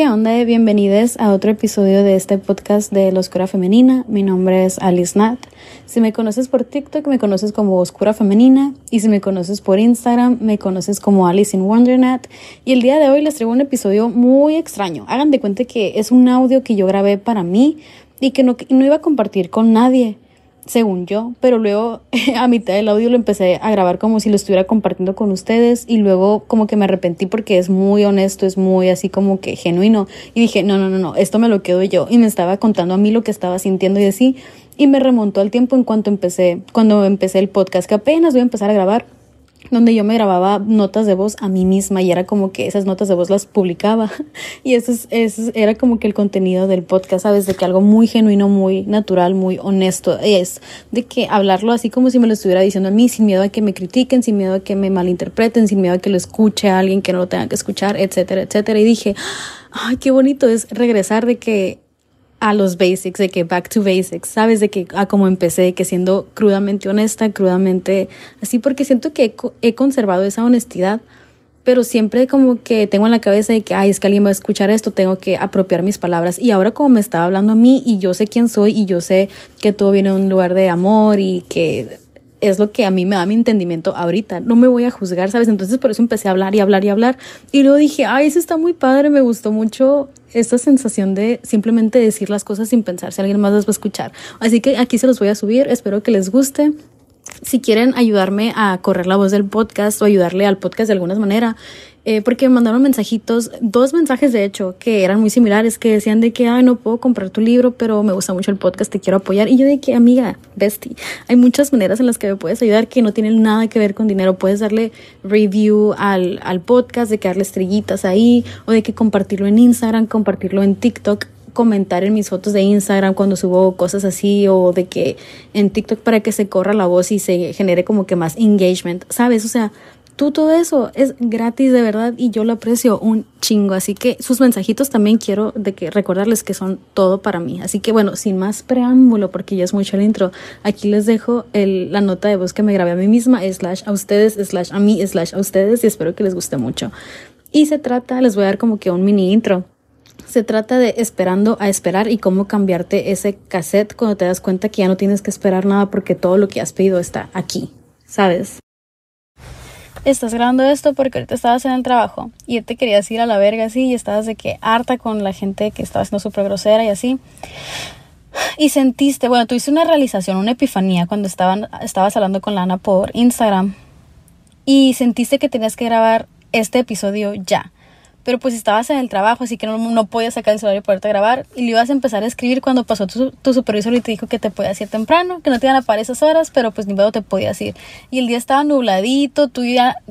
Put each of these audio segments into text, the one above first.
¿Qué onda? Bienvenidos a otro episodio de este podcast de La Oscura Femenina. Mi nombre es Alice Nat. Si me conoces por TikTok, me conoces como Oscura Femenina. Y si me conoces por Instagram, me conoces como Alice in Wondernat. Y el día de hoy les traigo un episodio muy extraño. Hagan de cuenta que es un audio que yo grabé para mí y que no iba a compartir con nadie, según yo, pero luego a mitad del audio lo empecé a grabar como si lo estuviera compartiendo con ustedes y luego como que me arrepentí porque es muy honesto, es muy así como que genuino y dije, no, esto me lo quedo yo, y me estaba contando a mí lo que estaba sintiendo y así, y me remontó al tiempo cuando empecé el podcast, que apenas voy a empezar a grabar, donde yo me grababa notas de voz a mí misma y era como que esas notas de voz las publicaba y eso era como que el contenido del podcast, ¿sabes? De que algo muy genuino, muy natural, muy honesto es de que hablarlo así como si me lo estuviera diciendo a mí, sin miedo a que me critiquen, sin miedo a que me malinterpreten, sin miedo a que lo escuche a alguien que no lo tenga que escuchar, etcétera, etcétera. Y dije, ay, qué bonito es regresar de que a los basics, de que back to basics, ¿sabes? De que a como empecé, que siendo crudamente honesta, crudamente así, porque siento que he conservado esa honestidad, pero siempre como que tengo en la cabeza de que, ay, es que alguien va a escuchar esto, tengo que apropiar mis palabras, y ahora como me estaba hablando a mí, y yo sé quién soy, y yo sé que todo viene de un lugar de amor, y que es lo que a mí me da mi entendimiento ahorita, no me voy a juzgar, ¿sabes? Entonces por eso empecé a hablar, y luego dije, ay, eso está muy padre, me gustó mucho esta sensación de simplemente decir las cosas sin pensar si alguien más las va a escuchar. Así que aquí se los voy a subir, espero que les guste. Si quieren ayudarme a correr la voz del podcast o ayudarle al podcast de alguna manera, porque me mandaron mensajitos, 2 mensajes de hecho, que eran muy similares, que decían de que, ay, no puedo comprar tu libro, pero me gusta mucho el podcast, te quiero apoyar. Y yo de que, amiga, bestie, hay muchas maneras en las que me puedes ayudar que no tienen nada que ver con dinero. Puedes darle review al podcast, de que darle estrellitas ahí, o de que compartirlo en Instagram, compartirlo en TikTok, comentar en mis fotos de Instagram cuando subo cosas así, o de que en TikTok para que se corra la voz y se genere como que más engagement, ¿sabes? O sea, todo eso es gratis de verdad y yo lo aprecio un chingo, así que sus mensajitos también quiero de que recordarles que son todo para mí. Así que bueno, sin más preámbulo, porque ya es mucho el intro, aquí les dejo la nota de voz que me grabé a mí misma, / a ustedes, / a mí, / a ustedes, y espero que les guste mucho. Y les voy a dar como que un mini intro. Se trata de esperando a esperar y cómo cambiarte ese cassette cuando te das cuenta que ya no tienes que esperar nada porque todo lo que has pedido está aquí, ¿sabes? Estás grabando esto porque ahorita estabas en el trabajo y te querías ir a la verga así y estabas de que harta con la gente que estaba siendo súper grosera y así. Y sentiste, tuviste una realización, una epifanía cuando estabas hablando con Lana por Instagram y sentiste que tenías que grabar este episodio ya. Pero pues estabas en el trabajo, así que no podías sacar el celular y poderte grabar. Y le ibas a empezar a escribir cuando pasó tu supervisor y te dijo que te podías ir temprano, que no te iban a parar esas horas, pero pues ni modo te podías ir. Y el día estaba nubladito, tú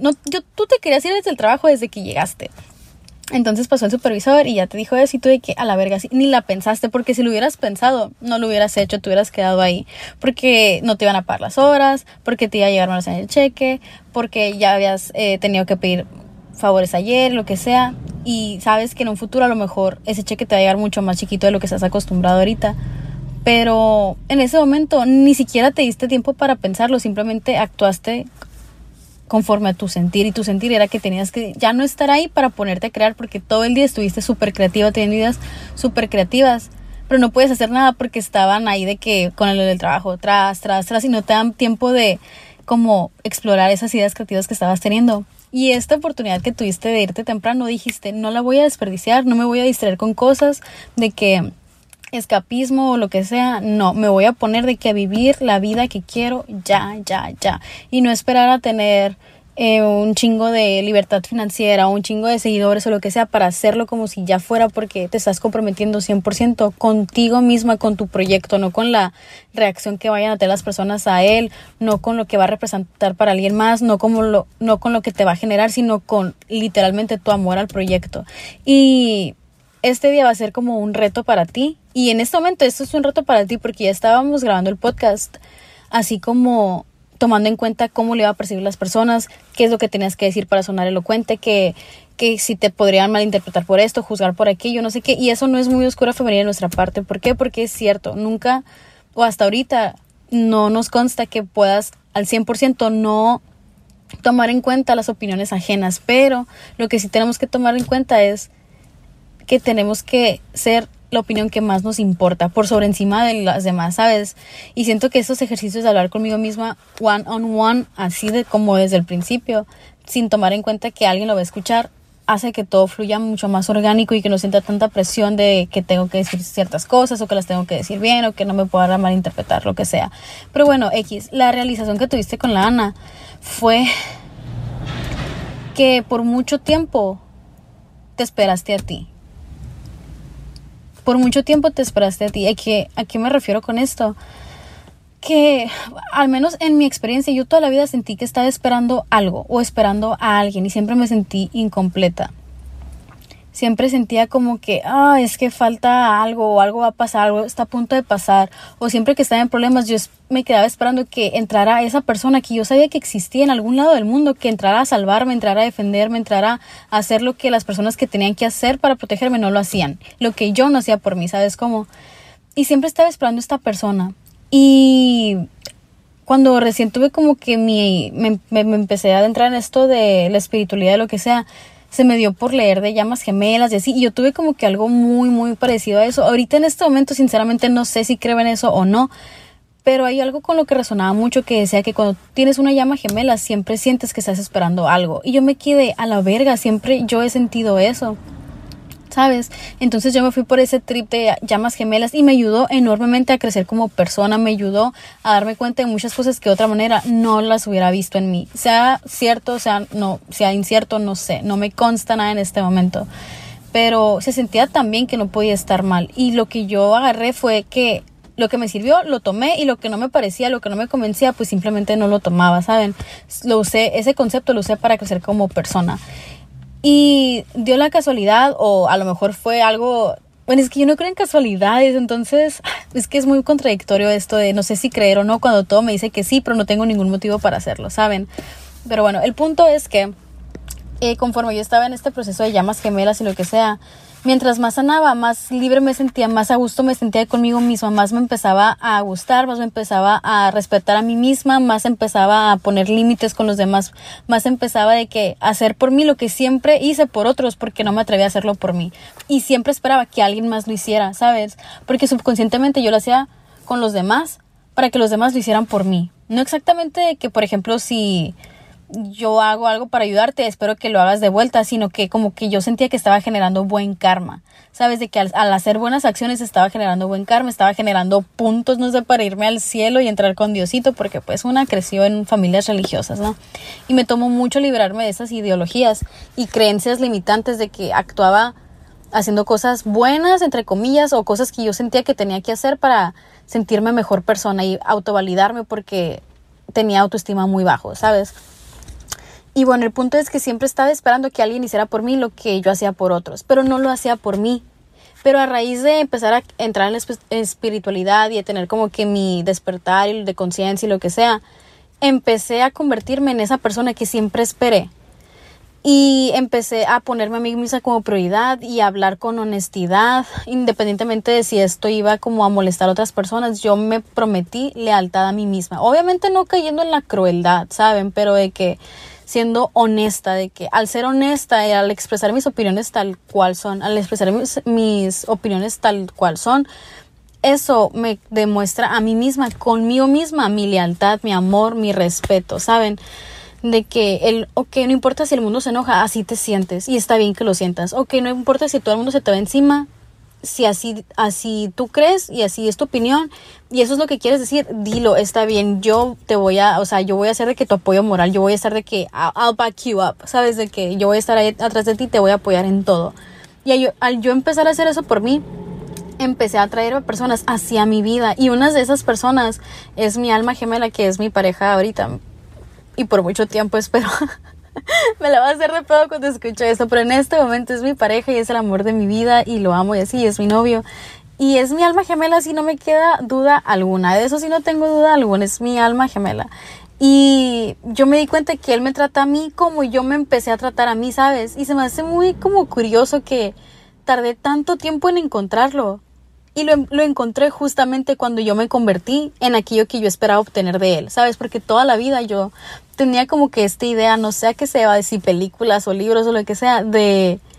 te querías ir desde el trabajo desde que llegaste. Entonces pasó el supervisor y ya te dijo eso y tú de que a la verga, ni la pensaste, porque si lo hubieras pensado, no lo hubieras hecho, te hubieras quedado ahí. Porque no te iban a pagar las horas, porque te iba a llegar menos en el cheque, porque ya habías tenido que pedir favores ayer, lo que sea, y sabes que en un futuro a lo mejor ese cheque te va a llegar mucho más chiquito de lo que estás acostumbrado ahorita, pero en ese momento ni siquiera te diste tiempo para pensarlo, simplemente actuaste conforme a tu sentir, y tu sentir era que tenías que ya no estar ahí para ponerte a crear, porque todo el día estuviste súper creativa, teniendo ideas súper creativas, pero no puedes hacer nada porque estaban ahí de que con el del trabajo tras, y no te dan tiempo de como explorar esas ideas creativas que estabas teniendo. Y esta oportunidad que tuviste de irte temprano, dijiste, no la voy a desperdiciar, no me voy a distraer con cosas de que escapismo o lo que sea, no, me voy a poner de que a vivir la vida que quiero ya, y no esperar a tener un chingo de libertad financiera o un chingo de seguidores o lo que sea para hacerlo como si ya fuera, porque te estás comprometiendo 100% contigo misma, con tu proyecto, no con la reacción que vayan a tener las personas a él, no con lo que va a representar para alguien más, no con lo que te va a generar, sino con literalmente tu amor al proyecto. Y este día va a ser como un reto para ti, y en este momento esto es un reto para ti porque ya estábamos grabando el podcast así como tomando en cuenta cómo le iba a percibir las personas, qué es lo que tenías que decir para sonar elocuente, que si te podrían malinterpretar por esto, juzgar por aquello, no sé qué. Y eso no es muy oscura femenina de nuestra parte. ¿Por qué? Porque es cierto, nunca o hasta ahorita no nos consta que puedas al 100% no tomar en cuenta las opiniones ajenas, pero lo que sí tenemos que tomar en cuenta es que tenemos que ser la opinión que más nos importa, por sobre encima de las demás, ¿sabes? Y siento que estos ejercicios de hablar conmigo misma one on one, así de como desde el principio, sin tomar en cuenta que alguien lo va a escuchar, hace que todo fluya mucho más orgánico y que no sienta tanta presión de que tengo que decir ciertas cosas o que las tengo que decir bien o que no me pueda malinterpretar, lo que sea. Pero bueno, la realización que tuviste con la Ana fue que por mucho tiempo te esperaste a ti. Por mucho tiempo te esperaste a ti. ¿A qué me refiero con esto? Que al menos en mi experiencia yo toda la vida sentí que estaba esperando algo o esperando a alguien y siempre me sentí incompleta. Siempre sentía como que es que falta algo o algo va a pasar, algo está a punto de pasar, o siempre que estaba en problemas yo me quedaba esperando que entrara esa persona que yo sabía que existía en algún lado del mundo, que entrara a salvarme, entrara a defenderme, entrara a hacer lo que las personas que tenían que hacer para protegerme no lo hacían, lo que yo no hacía por mí, ¿sabes cómo? Y siempre estaba esperando a esta persona. Y cuando recién tuve como que me empecé a adentrar en esto de la espiritualidad, lo que sea, se me dio por leer de llamas gemelas y así, y yo tuve como que algo muy, muy parecido a eso. Ahorita en este momento, sinceramente, no sé si creo en eso o no, pero hay algo con lo que resonaba mucho que decía que cuando tienes una llama gemela siempre sientes que estás esperando algo. Y yo me quedé a la verga, siempre yo he sentido eso, ¿sabes? Entonces yo me fui por ese trip de llamas gemelas y me ayudó enormemente a crecer como persona, me ayudó a darme cuenta de muchas cosas que de otra manera no las hubiera visto en mí. Sea cierto, sea incierto, no sé, no me consta nada en este momento. Pero se sentía tan bien que no podía estar mal. Y lo que yo agarré fue que lo que me sirvió lo tomé y lo que no me parecía, lo que no me convencía, pues simplemente no lo tomaba, ¿saben? Ese concepto lo usé para crecer como persona. Y dio la casualidad, o a lo mejor fue algo... Bueno, es que yo no creo en casualidades, entonces es que es muy contradictorio esto de no sé si creer o no cuando todo me dice que sí, pero no tengo ningún motivo para hacerlo, ¿saben? Pero bueno, el punto es que conforme yo estaba en este proceso de llamas gemelas y lo que sea, mientras más sanaba, más libre me sentía, más a gusto me sentía conmigo misma, más me empezaba a gustar, más me empezaba a respetar a mí misma, más empezaba a poner límites con los demás, más empezaba de que hacer por mí lo que siempre hice por otros porque no me atrevía a hacerlo por mí. Y siempre esperaba que alguien más lo hiciera, ¿sabes? Porque subconscientemente yo lo hacía con los demás para que los demás lo hicieran por mí. No exactamente que, por ejemplo, si yo hago algo para ayudarte, espero que lo hagas de vuelta, sino que como que yo sentía que estaba generando buen karma, ¿sabes? De que al hacer buenas acciones estaba generando buen karma, estaba generando puntos, no sé, para irme al cielo y entrar con Diosito, porque pues una creció en familias religiosas, ¿no? Y me tomó mucho liberarme de esas ideologías y creencias limitantes de que actuaba haciendo cosas buenas, entre comillas, o cosas que yo sentía que tenía que hacer para sentirme mejor persona y autovalidarme porque tenía autoestima muy bajo, ¿sabes? Y bueno, el punto es que siempre estaba esperando que alguien hiciera por mí lo que yo hacía por otros, pero no lo hacía por mí. Pero a raíz de empezar a entrar en la espiritualidad y de tener como que mi despertar y de conciencia y lo que sea, empecé a convertirme en esa persona que siempre esperé. Y empecé a ponerme a mí misma como prioridad y a hablar con honestidad, independientemente de si esto iba como a molestar a otras personas. Yo me prometí lealtad a mí misma. Obviamente no cayendo en la crueldad, ¿saben? Pero de que siendo honesta, de que al ser honesta y al expresar mis opiniones tal cual son, al expresar mis opiniones tal cual son, eso me demuestra a mí misma, conmigo misma, mi lealtad, mi amor, mi respeto, ¿saben? De que no importa si el mundo se enoja, así te sientes y está bien que lo sientas. No importa si todo el mundo se te va encima, si así tú crees y así es tu opinión y eso es lo que quieres decir, dilo, está bien, yo voy a hacer de que tu apoyo moral, yo voy a estar de que I'll back you up, ¿sabes? De que yo voy a estar ahí atrás de ti, te voy a apoyar en todo. Y al yo empezar a hacer eso por mí, empecé a atraer a personas hacia mi vida y una de esas personas es mi alma gemela, que es mi pareja ahorita y por mucho tiempo espero. Me la va a hacer de pedo cuando escucho esto, pero en este momento es mi pareja y es el amor de mi vida y lo amo y así, es mi novio y es mi alma gemela, así no me queda duda alguna, de eso sí no tengo duda alguna, es mi alma gemela. Y yo me di cuenta que él me trata a mí como yo me empecé a tratar a mí, ¿sabes? Y se me hace muy como curioso que tardé tanto tiempo en encontrarlo. Y lo encontré justamente cuando yo me convertí en aquello que yo esperaba obtener de él, ¿sabes? Porque toda la vida yo tenía como que esta idea, no sé a qué se va a decir, películas o libros o lo que sea, de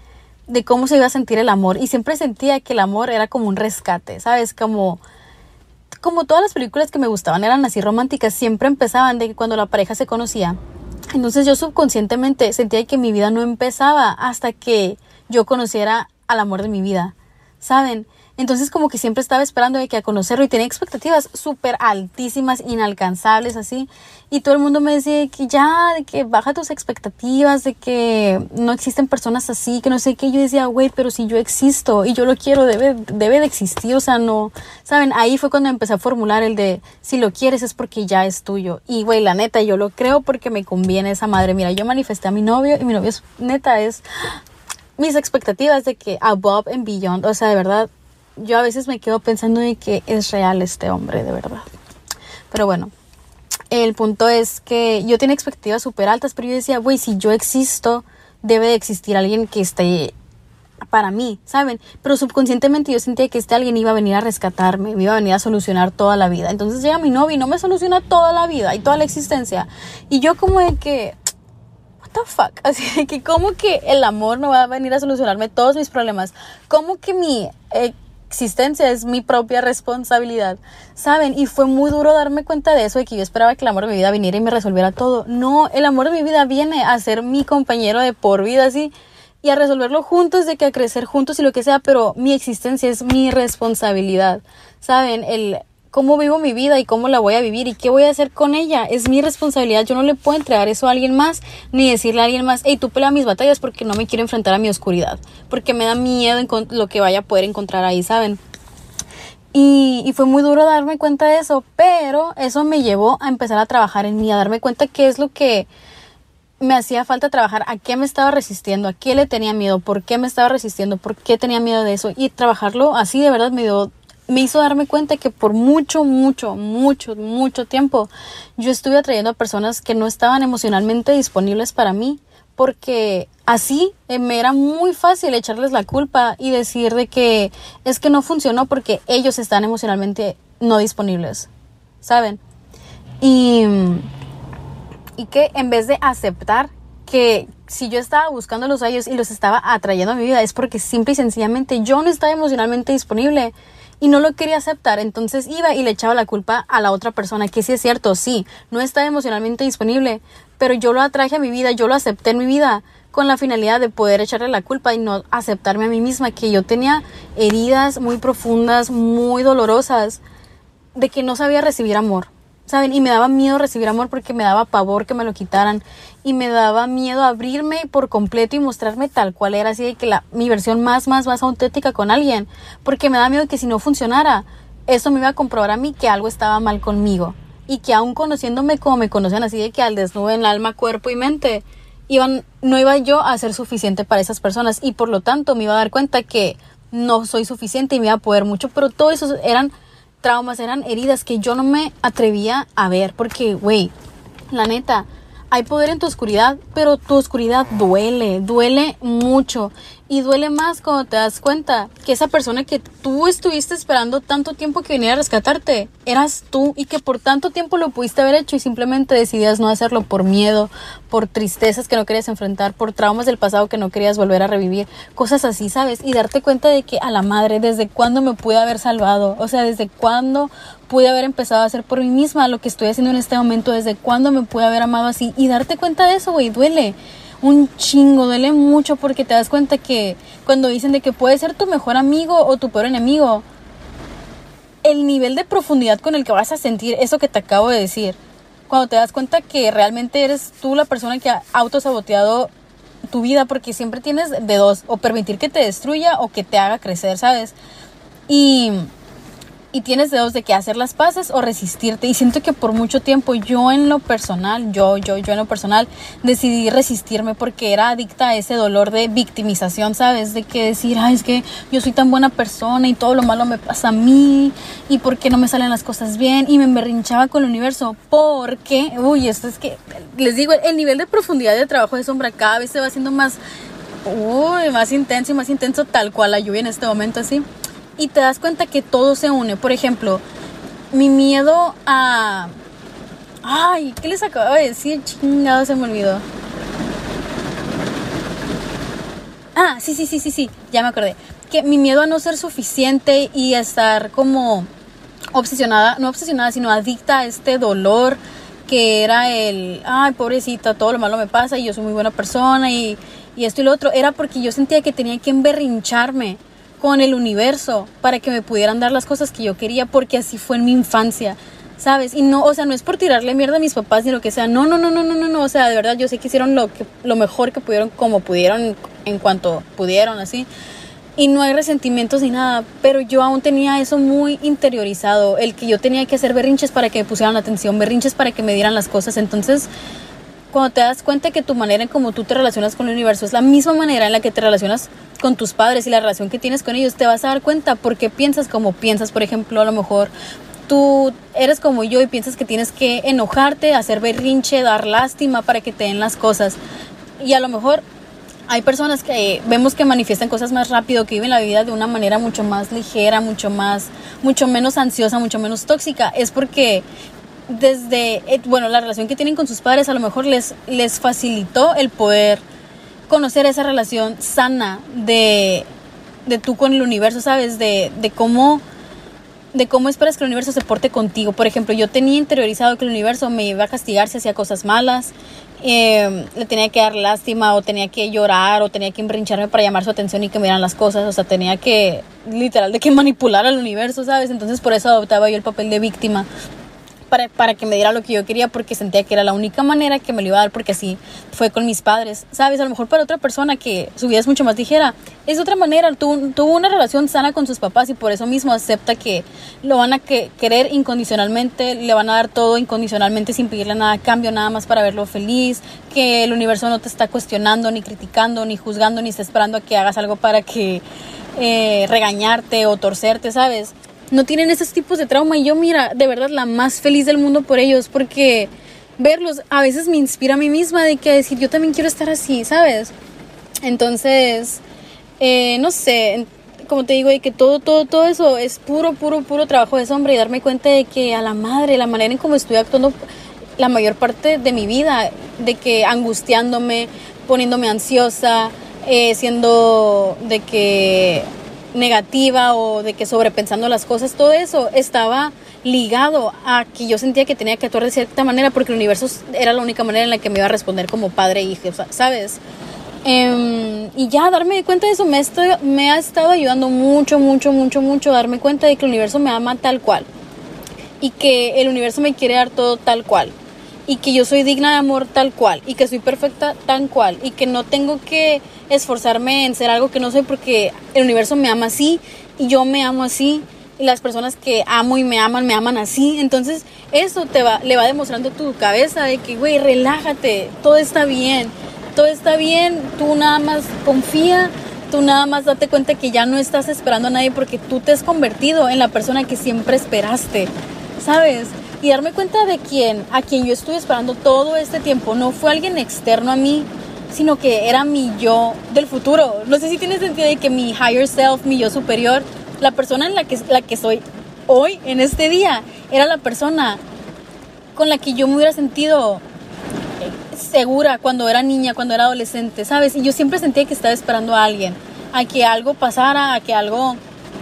de cómo se iba a sentir el amor. Y siempre sentía que el amor era como un rescate, ¿sabes? Como todas las películas que me gustaban eran así románticas, siempre empezaban de que cuando la pareja se conocía. Entonces yo subconscientemente sentía que mi vida no empezaba hasta que yo conociera al amor de mi vida, ¿saben? Entonces como que siempre estaba esperando de que a conocerlo y tenía expectativas súper altísimas, inalcanzables, así. Y todo el mundo me decía que ya, de que baja tus expectativas, de que no existen personas así, que no sé qué. Yo decía, güey, pero si yo existo y yo lo quiero, debe de existir, o sea, no. ¿Saben? Ahí fue cuando empecé a formular el de, si lo quieres es porque ya es tuyo. Y güey, la neta, yo lo creo porque me conviene esa madre. Mira, yo manifesté a mi novio y mi novio es, neta, es mis expectativas de que above and beyond, o sea, de verdad. Yo a veces me quedo pensando de que es real este hombre, de verdad. Pero bueno, el punto es que yo tenía expectativas súper altas, pero yo decía, güey, si yo existo, debe de existir alguien que esté para mí, ¿saben? Pero subconscientemente yo sentía que este alguien iba a venir a rescatarme, me iba a venir a solucionar toda la vida. Entonces llega mi novio y no me soluciona toda la vida y toda la existencia. Y yo como de que, what the fuck? Así de que como que el amor no va a venir a solucionarme todos mis problemas. Como que mi existencia es mi propia responsabilidad, ¿saben? Y fue muy duro darme cuenta de eso, de que yo esperaba que el amor de mi vida viniera y me resolviera todo. No, el amor de mi vida viene a ser mi compañero de por vida, así, y a resolverlo juntos, de que a crecer juntos y lo que sea, pero mi existencia es mi responsabilidad, ¿saben? El cómo vivo mi vida y cómo la voy a vivir y qué voy a hacer con ella es mi responsabilidad. Yo no le puedo entregar eso a alguien más, ni decirle a alguien más, hey, tú pelea mis batallas, porque no me quiero enfrentar a mi oscuridad, porque me da miedo en lo que vaya a poder encontrar ahí, ¿saben? Y fue muy duro darme cuenta de eso, pero eso me llevó a empezar a trabajar en mí, a darme cuenta qué es lo que me hacía falta trabajar, a qué me estaba resistiendo, a qué le tenía miedo, por qué me estaba resistiendo, por qué tenía miedo de eso, y trabajarlo así de verdad me hizo darme cuenta que por mucho tiempo yo estuve atrayendo a personas que no estaban emocionalmente disponibles para mí, porque así me era muy fácil echarles la culpa y decir de que es que no funcionó porque ellos están emocionalmente no disponibles, ¿saben? Y que en vez de aceptar que si yo estaba buscándolos a ellos y los estaba atrayendo a mi vida es porque simple y sencillamente yo no estaba emocionalmente disponible y no lo quería aceptar. Entonces iba y le echaba la culpa a la otra persona, que sí es cierto, sí, no estaba emocionalmente disponible, pero yo lo atraje a mi vida, yo lo acepté en mi vida con la finalidad de poder echarle la culpa y no aceptarme a mí misma, que yo tenía heridas muy profundas, muy dolorosas, de que no sabía recibir amor, ¿saben? Y me daba miedo recibir amor porque me daba pavor que me lo quitaran y me daba miedo abrirme por completo y mostrarme tal cual era, así de que mi versión más auténtica con alguien, porque me daba miedo que si no funcionara, eso me iba a comprobar a mí que algo estaba mal conmigo y que aún conociéndome como me conocen, así de que al desnudo en alma, cuerpo y mente, no iba yo a ser suficiente para esas personas y por lo tanto me iba a dar cuenta que no soy suficiente y me iba a poder mucho, pero todo eso eran traumas, eran heridas que yo no me atrevía a ver, porque, güey, la neta, hay poder en tu oscuridad, pero tu oscuridad duele mucho, y duele más cuando te das cuenta que esa persona que tú estuviste esperando tanto tiempo que viniera a rescatarte, eras tú, y que por tanto tiempo lo pudiste haber hecho y simplemente decidías no hacerlo por miedo, por tristezas que no querías enfrentar, por traumas del pasado que no querías volver a revivir, cosas así, ¿sabes? Y darte cuenta de que a la madre, ¿desde cuándo me pude haber salvado? O sea, ¿desde cuándo pude haber empezado a hacer por mí misma lo que estoy haciendo en este momento? ¿Desde cuándo me pude haber amado así? Y darte cuenta de eso, güey, duele un chingo, duele mucho, porque te das cuenta que cuando dicen de que puede ser tu mejor amigo o tu peor enemigo, el nivel de profundidad con el que vas a sentir eso que te acabo de decir, cuando te das cuenta que realmente eres tú la persona que ha autosaboteado tu vida, porque siempre tienes de dos, o permitir que te destruya o que te haga crecer, ¿sabes? Y tienes de dos, de que hacer las paces o resistirte. Y siento que por mucho tiempo yo en lo personal decidí resistirme porque era adicta a ese dolor de victimización, ¿sabes? De que decir, ay, es que yo soy tan buena persona y todo lo malo me pasa a mí y por qué no me salen las cosas bien, y me emberrinchaba con el universo porque, esto es que, les digo, el nivel de profundidad de trabajo de sombra cada vez se va haciendo más intenso y más intenso, tal cual la lluvia en este momento, así. Y te das cuenta que todo se une. Por ejemplo, mi miedo a... Ay, ¿qué les acabo de decir? Chingado, se me olvidó. Sí, ya me acordé. Que mi miedo a no ser suficiente y a estar como obsesionada, no obsesionada, sino adicta a este dolor que era ay, pobrecita, todo lo malo me pasa y yo soy muy buena persona y esto y lo otro, era porque yo sentía que tenía que emberrincharme con el universo para que me pudieran dar las cosas que yo quería, porque así fue en mi infancia, ¿sabes? Y no, o sea, no es por tirarle mierda a mis papás ni lo que sea, no, o sea, de verdad yo sé que hicieron lo mejor que pudieron, como pudieron, en cuanto pudieron, así. Y no hay resentimientos ni nada, pero yo aún tenía eso muy interiorizado, el que yo tenía que hacer berrinches para que me pusieran atención, berrinches para que me dieran las cosas. Entonces, cuando te das cuenta que tu manera en cómo tú te relacionas con el universo es la misma manera en la que te relacionas con tus padres y la relación que tienes con ellos, te vas a dar cuenta por qué piensas como piensas. Por ejemplo, a lo mejor tú eres como yo y piensas que tienes que enojarte, hacer berrinche, dar lástima para que te den las cosas. Y a lo mejor hay personas que vemos que manifiestan cosas más rápido, que viven la vida de una manera mucho más ligera, mucho menos ansiosa, mucho menos tóxica. Es porque la relación que tienen con sus padres a lo mejor les facilitó el poder conocer esa relación sana de tú con el universo, ¿sabes? De cómo esperas que el universo se porte contigo. Por ejemplo, yo tenía interiorizado que el universo me iba a castigar si hacía cosas malas, le tenía que dar lástima, o tenía que llorar, o tenía que embrincharme para llamar su atención y que me dieran las cosas. O sea, tenía que, literal, de que manipular al universo, ¿sabes? Entonces por eso adoptaba yo el papel de víctima, para que me diera lo que yo quería, porque sentía que era la única manera que me lo iba a dar, porque así fue con mis padres, ¿sabes? A lo mejor para otra persona que su vida es mucho más ligera, es de otra manera, tuvo una relación sana con sus papás y por eso mismo acepta que lo van a querer incondicionalmente, le van a dar todo incondicionalmente sin pedirle nada a cambio, nada más para verlo feliz, que el universo no te está cuestionando, ni criticando, ni juzgando, ni está esperando a que hagas algo para que regañarte o torcerte, ¿sabes? No tienen esos tipos de trauma y yo, mira, de verdad la más feliz del mundo por ellos, porque verlos a veces me inspira a mí misma de que decir, yo también quiero estar así, ¿sabes? Entonces, no sé, como te digo, de que todo eso es puro trabajo de sombra, y darme cuenta de que a la manera en cómo estoy actuando la mayor parte de mi vida, de que angustiándome, poniéndome ansiosa, siendo de que negativa o de que sobrepensando las cosas, todo eso estaba ligado a que yo sentía que tenía que actuar de cierta manera porque el universo era la única manera en la que me iba a responder como padre e hija, ¿sabes? Y ya darme cuenta de eso me ha estado ayudando mucho a darme cuenta de que el universo me ama tal cual y que el universo me quiere dar todo tal cual y que yo soy digna de amor tal cual y que soy perfecta tal cual y que no tengo que esforzarme en ser algo que no soy, porque el universo me ama así y yo me amo así y las personas que amo y me aman así. Entonces eso le va demostrando a tu cabeza de que, güey, relájate, todo está bien, tú nada más confía, tú nada más date cuenta que ya no estás esperando a nadie, porque tú te has convertido en la persona que siempre esperaste, ¿sabes? Y darme cuenta de a quien yo estuve esperando todo este tiempo no fue alguien externo a mí, sino que era mi yo del futuro. No sé si tiene sentido, de que mi higher self, mi yo superior, la persona en la que soy hoy, en este día, era la persona con la que yo me hubiera sentido segura cuando era niña, cuando era adolescente, ¿sabes? Y yo siempre sentía que estaba esperando a alguien, a que algo pasara, a que algo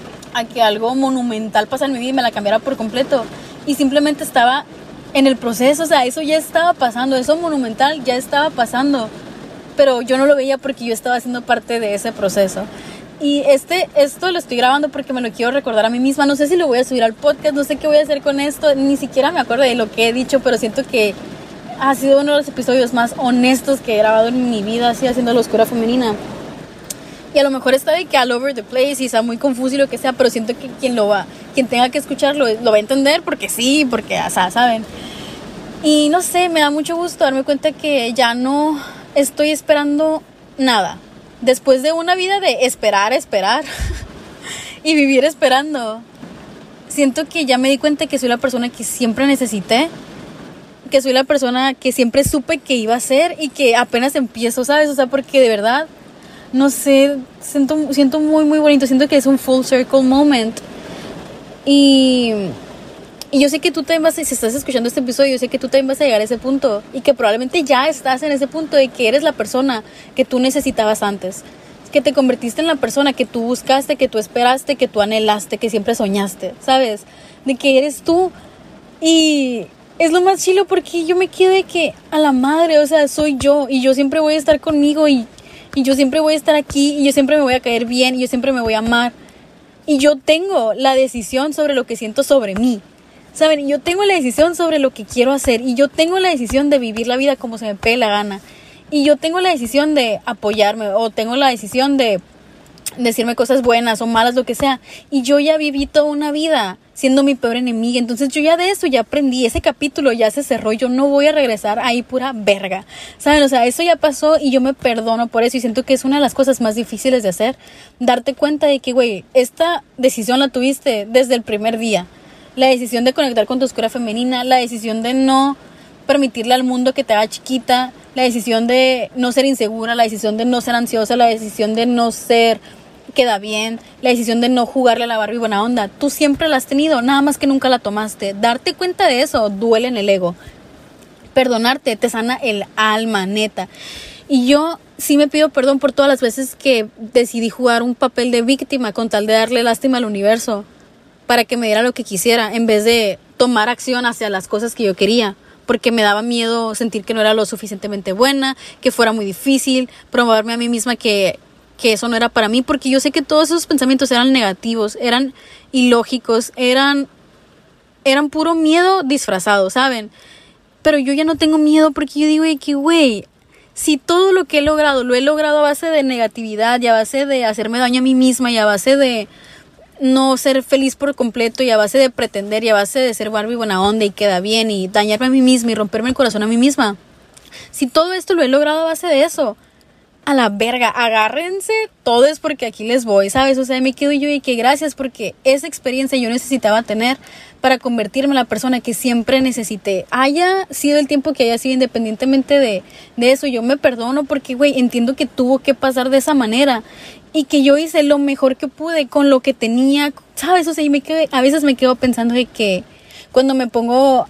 monumental pasara en mi vida y me la cambiara por completo. Y simplemente estaba en el proceso, o sea, eso ya estaba pasando, eso monumental ya estaba pasando, pero yo no lo veía porque yo estaba haciendo parte de ese proceso. Y esto lo estoy grabando porque me lo quiero recordar a mí misma. No sé si lo voy a subir al podcast, no sé qué voy a hacer con esto, ni siquiera me acuerdo de lo que he dicho, pero siento que ha sido uno de los episodios más honestos que he grabado en mi vida, así haciendo la oscura femenina. Y a lo mejor está de que all over the place y está muy confuso y lo que sea, pero siento que quien tenga que escucharlo lo va a entender, porque sí, porque, o sea, ¿saben? Y no sé, me da mucho gusto darme cuenta que ya no estoy esperando nada. Después de una vida de esperar y vivir esperando, siento que ya me di cuenta que soy la persona que siempre necesité, que soy la persona que siempre supe que iba a ser y que apenas empiezo, ¿sabes? O sea, porque de verdad, no sé, siento muy bonito, siento que es un full circle moment. Y yo sé que tú también si estás escuchando este episodio, yo sé que tú también vas a llegar a ese punto y que probablemente ya estás en ese punto de que eres la persona que tú necesitabas antes, que te convertiste en la persona que tú buscaste, que tú esperaste, que tú anhelaste, que siempre soñaste, ¿sabes? De que eres tú. Y es lo más chilo porque yo me quedo de que a la madre, o sea, soy yo y yo siempre voy a estar conmigo y yo siempre voy a estar aquí y yo siempre me voy a caer bien y yo siempre me voy a amar. Y yo tengo la decisión sobre lo que siento sobre mí, ¿saben? Yo tengo la decisión sobre lo que quiero hacer y yo tengo la decisión de vivir la vida como se me pegue la gana. Y yo tengo la decisión de apoyarme o tengo la decisión de decirme cosas buenas o malas, lo que sea. Y yo ya viví toda una vida siendo mi peor enemiga. Entonces yo ya de eso ya aprendí. Ese capítulo ya se cerró. Yo no voy a regresar ahí pura verga, ¿saben? O sea, eso ya pasó y yo me perdono por eso. Y siento que es una de las cosas más difíciles de hacer. Darte cuenta de que, güey, esta decisión la tuviste desde el primer día. La decisión de conectar con tu oscura femenina. La decisión de no permitirle al mundo que te haga chiquita. La decisión de no ser insegura. La decisión de no ser ansiosa. La decisión de no ser queda bien, la decisión de no jugarle a la Barbie buena onda, tú siempre la has tenido, nada más que nunca la tomaste. Darte cuenta de eso duele en el ego. Perdonarte te sana el alma, neta. Y yo sí me pido perdón por todas las veces que decidí jugar un papel de víctima con tal de darle lástima al universo para que me diera lo que quisiera, en vez de tomar acción hacia las cosas que yo quería, porque me daba miedo sentir que no era lo suficientemente buena, que fuera muy difícil, probarme a mí misma que eso no era para mí, porque yo sé que todos esos pensamientos eran negativos, eran ilógicos, eran puro miedo disfrazado, ¿saben? Pero yo ya no tengo miedo porque yo digo que, güey, si todo lo que he logrado, lo he logrado a base de negatividad y a base de hacerme daño a mí misma y a base de no ser feliz por completo y a base de pretender y a base de ser Barbie buena onda y queda bien y dañarme a mí misma y romperme el corazón a mí misma, si todo esto lo he logrado a base de eso, a la verga, agárrense, todo es porque aquí les voy, ¿sabes? O sea, me quedo yo y que gracias porque esa experiencia yo necesitaba tener para convertirme en la persona que siempre necesité. Haya sido el tiempo que haya sido, independientemente de eso, yo me perdono porque, güey, entiendo que tuvo que pasar de esa manera y que yo hice lo mejor que pude con lo que tenía, ¿sabes? O sea, y a veces me quedo pensando de que cuando me pongo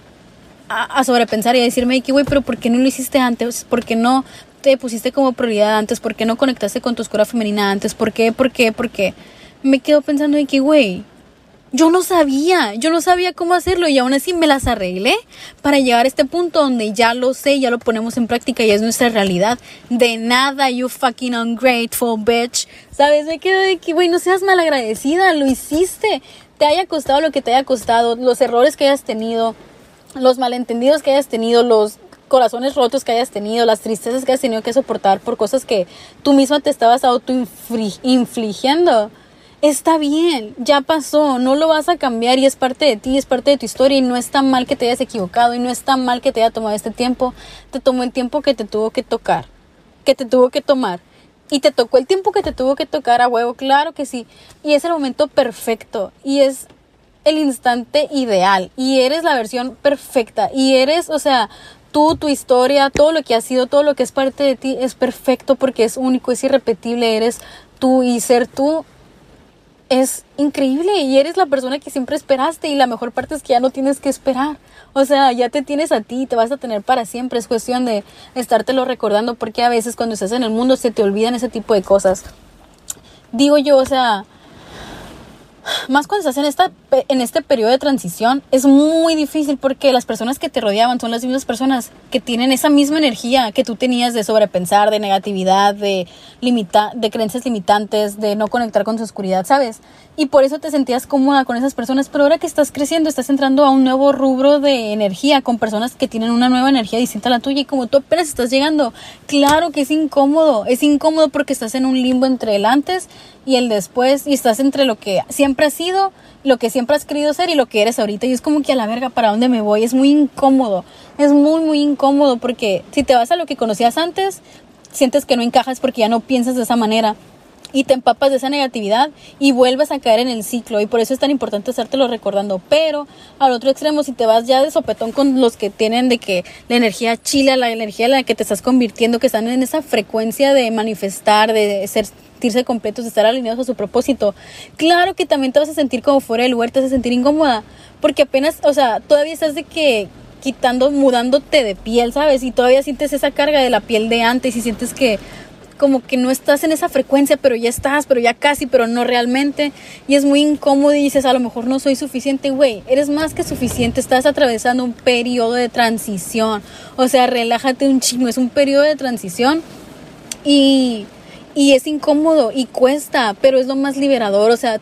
a sobrepensar y a decirme de que, güey, pero ¿por qué no lo hiciste antes? ¿Por qué no te pusiste como prioridad antes? ¿Por qué no conectaste con tu oscura femenina antes? ¿Por qué? Me quedo pensando en que, güey, yo no sabía cómo hacerlo y aún así me las arreglé para llegar a este punto donde ya lo sé, ya lo ponemos en práctica y es nuestra realidad. De nada, you fucking ungrateful bitch, ¿sabes? Me quedo de que, güey, no seas malagradecida, lo hiciste, te haya costado lo que te haya costado, los errores que hayas tenido, los malentendidos que hayas tenido, los corazones rotos que hayas tenido, las tristezas que hayas tenido que soportar por cosas que tú misma te estabas infligiendo. Está bien, ya pasó, no lo vas a cambiar y es parte de ti, es parte de tu historia y no está mal que te hayas equivocado y no está mal que te haya tomado este tiempo. Te tomó el tiempo que te tuvo que tocar, que te tuvo que tomar y te tocó el tiempo que te tuvo que tocar a huevo, claro que sí. Y es el momento perfecto y es el instante ideal y eres la versión perfecta y eres, o sea, tú, tu historia, todo lo que has sido, todo lo que es parte de ti es perfecto porque es único, es irrepetible, eres tú y ser tú es increíble y eres la persona que siempre esperaste y la mejor parte es que ya no tienes que esperar, o sea, ya te tienes a ti, te vas a tener para siempre, es cuestión de estártelo recordando porque a veces cuando estás en el mundo se te olvidan ese tipo de cosas, digo yo, o sea, más cuando estás en este periodo de transición es muy difícil porque las personas que te rodeaban son las mismas personas que tienen esa misma energía que tú tenías de sobrepensar, de negatividad, de creencias limitantes, de no conectar con su oscuridad, ¿sabes? Y por eso te sentías cómoda con esas personas, pero ahora que estás creciendo, estás entrando a un nuevo rubro de energía con personas que tienen una nueva energía distinta a la tuya y como tú apenas estás llegando, claro que es incómodo porque estás en un limbo entre el antes y el después y estás entre lo que siempre has sido, lo que siempre has querido ser y lo que eres ahorita y es como que a la verga, ¿para dónde me voy? Es muy incómodo, es muy muy incómodo porque si te vas a lo que conocías antes, sientes que no encajas porque ya no piensas de esa manera y te empapas de esa negatividad y vuelves a caer en el ciclo y por eso es tan importante estártelo recordando, pero al otro extremo si te vas ya de sopetón con los que tienen de que la energía chila, la energía en la que te estás convirtiendo, que están en esa frecuencia de manifestar, de sentirse completos, de estar alineados a su propósito, claro que también te vas a sentir como fuera del lugar, te vas a sentir incómoda, porque apenas, o sea, todavía estás de que mudándote de piel, ¿sabes? Y todavía sientes esa carga de la piel de antes y sientes que como que no estás en esa frecuencia, pero ya estás, pero ya casi, pero no realmente, y es muy incómodo y dices, a lo mejor no soy suficiente. Güey, eres más que suficiente, estás atravesando un periodo de transición, o sea, relájate un chingo, es un periodo de transición y es incómodo y cuesta, pero es lo más liberador. O sea,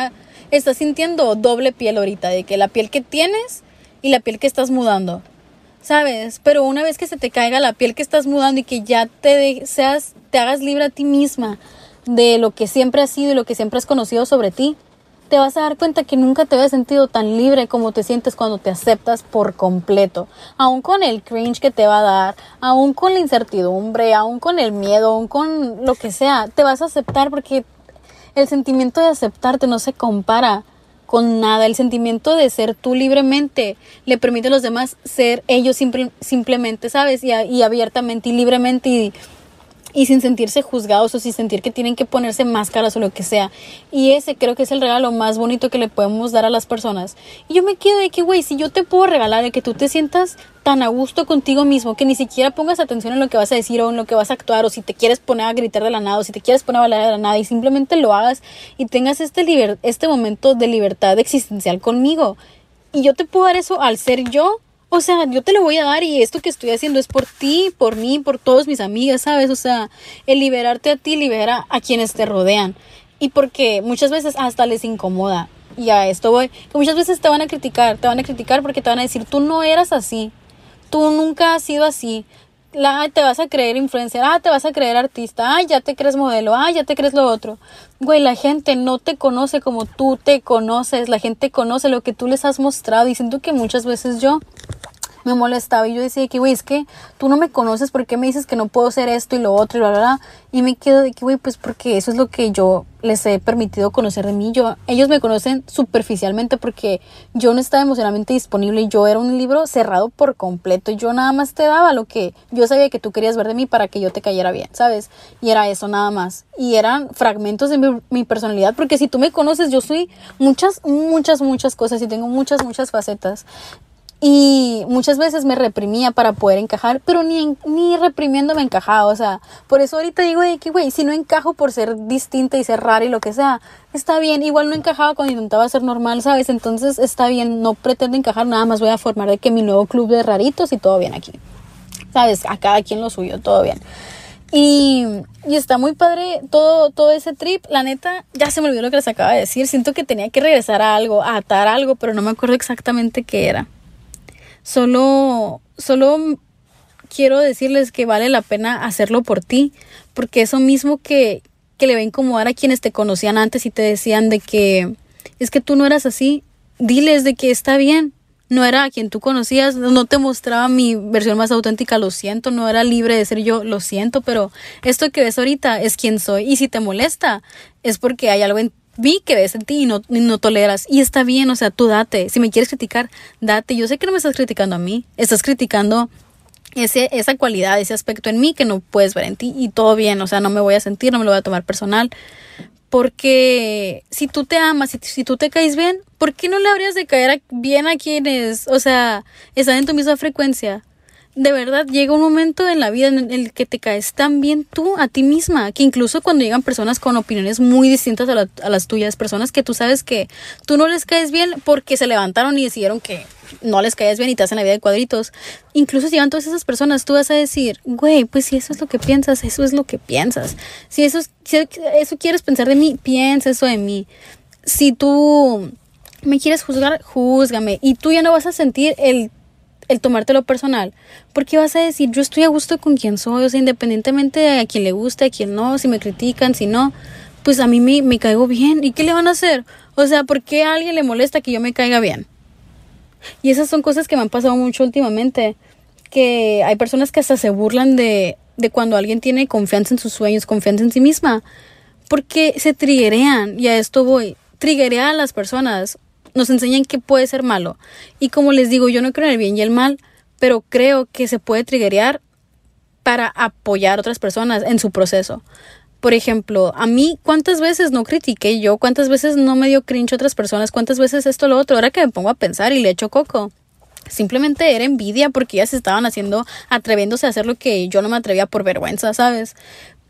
estás sintiendo doble piel ahorita, de que la piel que tienes y la piel que estás mudando, ¿sabes? Pero una vez que se te caiga la piel que estás mudando y que ya te hagas libre a ti misma de lo que siempre has sido y lo que siempre has conocido sobre ti, te vas a dar cuenta que nunca te habías sentido tan libre como te sientes cuando te aceptas por completo. Aún con el cringe que te va a dar, aún con la incertidumbre, aún con el miedo, aún con lo que sea, te vas a aceptar porque el sentimiento de aceptarte no se compara con nada. El sentimiento de ser tú libremente le permite a los demás ser ellos simplemente, ¿sabes? Y abiertamente y libremente y sin sentirse juzgados o sin sentir que tienen que ponerse máscaras o lo que sea. Y ese creo que es el regalo más bonito que le podemos dar a las personas. Y yo me quedo de que, güey, si yo te puedo regalar el que tú te sientas tan a gusto contigo mismo, que ni siquiera pongas atención en lo que vas a decir o en lo que vas a actuar, o si te quieres poner a gritar de la nada, o si te quieres poner a bailar de la nada, y simplemente lo hagas y tengas este momento de libertad existencial conmigo. Y yo te puedo dar eso al ser yo. O sea, yo te lo voy a dar y esto que estoy haciendo es por ti, por mí, por todas mis amigas, ¿sabes? O sea, el liberarte a ti libera a quienes te rodean. Y porque muchas veces hasta les incomoda. Y a esto voy. Que muchas veces te van a criticar porque te van a decir, tú no eras así. Tú nunca has sido así. Te vas a creer influencer, te vas a creer artista, ya te crees modelo, ya te crees lo otro. Güey, la gente no te conoce como tú te conoces. La gente conoce lo que tú les has mostrado. Y siento que muchas veces yo me molestaba y yo decía que, güey, es que tú no me conoces, ¿por qué me dices que no puedo hacer esto y lo otro y bla, bla, bla? Y me quedo de que, güey, pues porque eso es lo que yo les he permitido conocer de mí. Ellos me conocen superficialmente porque yo no estaba emocionalmente disponible y yo era un libro cerrado por completo. Yo nada más te daba lo que yo sabía que tú querías ver de mí para que yo te cayera bien, ¿sabes? Y era eso nada más. Y eran fragmentos de mi personalidad, porque si tú me conoces, yo soy muchas cosas y tengo muchas facetas. Y muchas veces me reprimía para poder encajar, pero ni reprimiéndome encajaba. O sea, por eso ahorita digo de que, güey, si no encajo por ser distinta y ser rara y lo que sea, está bien. Igual no encajaba cuando intentaba ser normal, ¿sabes? Entonces está bien, no pretendo encajar, nada más voy a formar de que mi nuevo club de raritos y todo bien aquí, ¿sabes? A cada quien lo suyo, todo bien. Y está muy padre todo ese trip. La neta, ya se me olvidó lo que les acaba de decir. Siento que tenía que regresar a algo, a atar algo, pero no me acuerdo exactamente qué era. Solo quiero decirles que vale la pena hacerlo por ti, porque eso mismo que le va a incomodar a quienes te conocían antes y te decían de que es que tú no eras así, diles de que está bien, no era a quien tú conocías, no te mostraba mi versión más auténtica, lo siento, no era libre de ser yo, lo siento, pero esto que ves ahorita es quien soy, y si te molesta es porque hay algo en vi que ves en ti y no toleras. Y está bien, o sea, tú date. Si me quieres criticar, date. Yo sé que no me estás criticando a mí. Estás criticando esa cualidad, ese aspecto en mí que no puedes ver en ti. Y todo bien, o sea, no me voy a sentir, no me lo voy a tomar personal. Porque si tú te amas, si tú te caes bien, ¿por qué no le habrías de caer bien a quienes, o sea, están en tu misma frecuencia? De verdad, llega un momento en la vida en el que te caes tan bien tú a ti misma, que incluso cuando llegan personas con opiniones muy distintas a las tuyas, personas que tú sabes que tú no les caes bien porque se levantaron y decidieron que no les caes bien y te hacen la vida de cuadritos, incluso si llegan todas esas personas, tú vas a decir, güey, pues si eso es lo que piensas, eso es lo que piensas. Si eso quieres pensar de mí, piensa eso de mí. Si tú me quieres juzgar, júzgame. Y tú ya no vas a sentir el tomártelo personal, porque vas a decir, yo estoy a gusto con quien soy, o sea, independientemente de a quien le guste, a quien no, si me critican, si no, pues a mí me caigo bien. ¿Y qué le van a hacer? O sea, ¿por qué a alguien le molesta que yo me caiga bien? Y esas son cosas que me han pasado mucho últimamente, que hay personas que hasta se burlan de cuando alguien tiene confianza en sus sueños, confianza en sí misma, porque se triggerean, y a esto voy, triggerean a las personas, nos enseñan que puede ser malo. Y como les digo, yo no creo en el bien y el mal, pero creo que se puede triggerear para apoyar a otras personas en su proceso. Por ejemplo, a mí, ¿cuántas veces no critiqué yo? ¿Cuántas veces no me dio cringe a otras personas? ¿Cuántas veces esto, lo otro? Ahora que me pongo a pensar y le echo coco. Simplemente era envidia porque ellas estaban atreviéndose a hacer lo que yo no me atrevía por vergüenza, ¿sabes?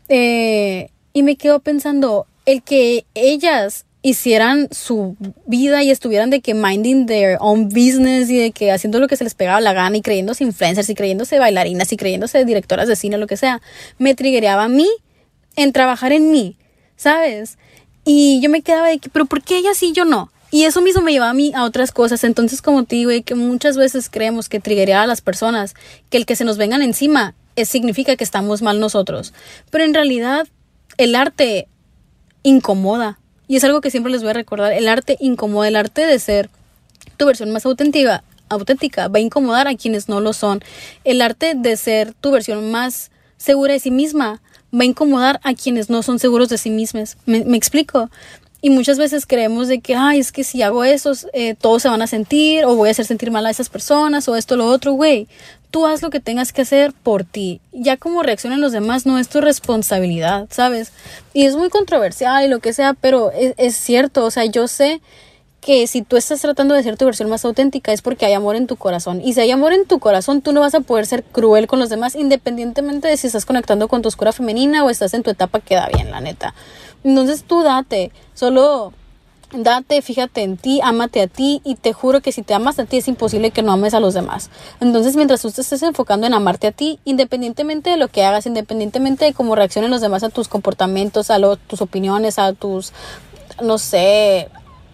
Y me quedo pensando, el que ellas hicieran su vida y estuvieran de que minding their own business y de que haciendo lo que se les pegaba la gana y creyéndose influencers y creyéndose bailarinas y creyéndose directoras de cine, lo que sea, me triggereaba a mí en trabajar en mí, ¿sabes? Y yo me quedaba de que, pero ¿por qué ella sí y yo no? Y eso mismo me llevaba a mí a otras cosas. Entonces, como te digo, que muchas veces creemos que triggerear a las personas, que el que se nos vengan encima significa que estamos mal nosotros. Pero en realidad, el arte incomoda. Y es algo que siempre les voy a recordar. El arte incomoda, el arte de ser tu versión más auténtica va a incomodar a quienes no lo son. El arte de ser tu versión más segura de sí misma va a incomodar a quienes no son seguros de sí mismos. ¿Me explico? Y muchas veces creemos de que, ay, es que si hago eso, todos se van a sentir, o voy a hacer sentir mal a esas personas, o esto, lo otro, güey. Tú haz lo que tengas que hacer por ti. Ya como reaccionen los demás no es tu responsabilidad, ¿sabes? Y es muy controversial y lo que sea, pero es cierto. O sea, yo sé que si tú estás tratando de ser tu versión más auténtica es porque hay amor en tu corazón. Y si hay amor en tu corazón, tú no vas a poder ser cruel con los demás, independientemente de si estás conectando con tu oscura femenina o estás en tu etapa que da bien, la neta. Entonces tú date, solo date, fíjate en ti, ámate a ti, y te juro que si te amas a ti es imposible que no ames a los demás. Entonces mientras tú te estés enfocando en amarte a ti, independientemente de lo que hagas, independientemente de cómo reaccionen los demás a tus comportamientos, a tus opiniones, a tus, no sé,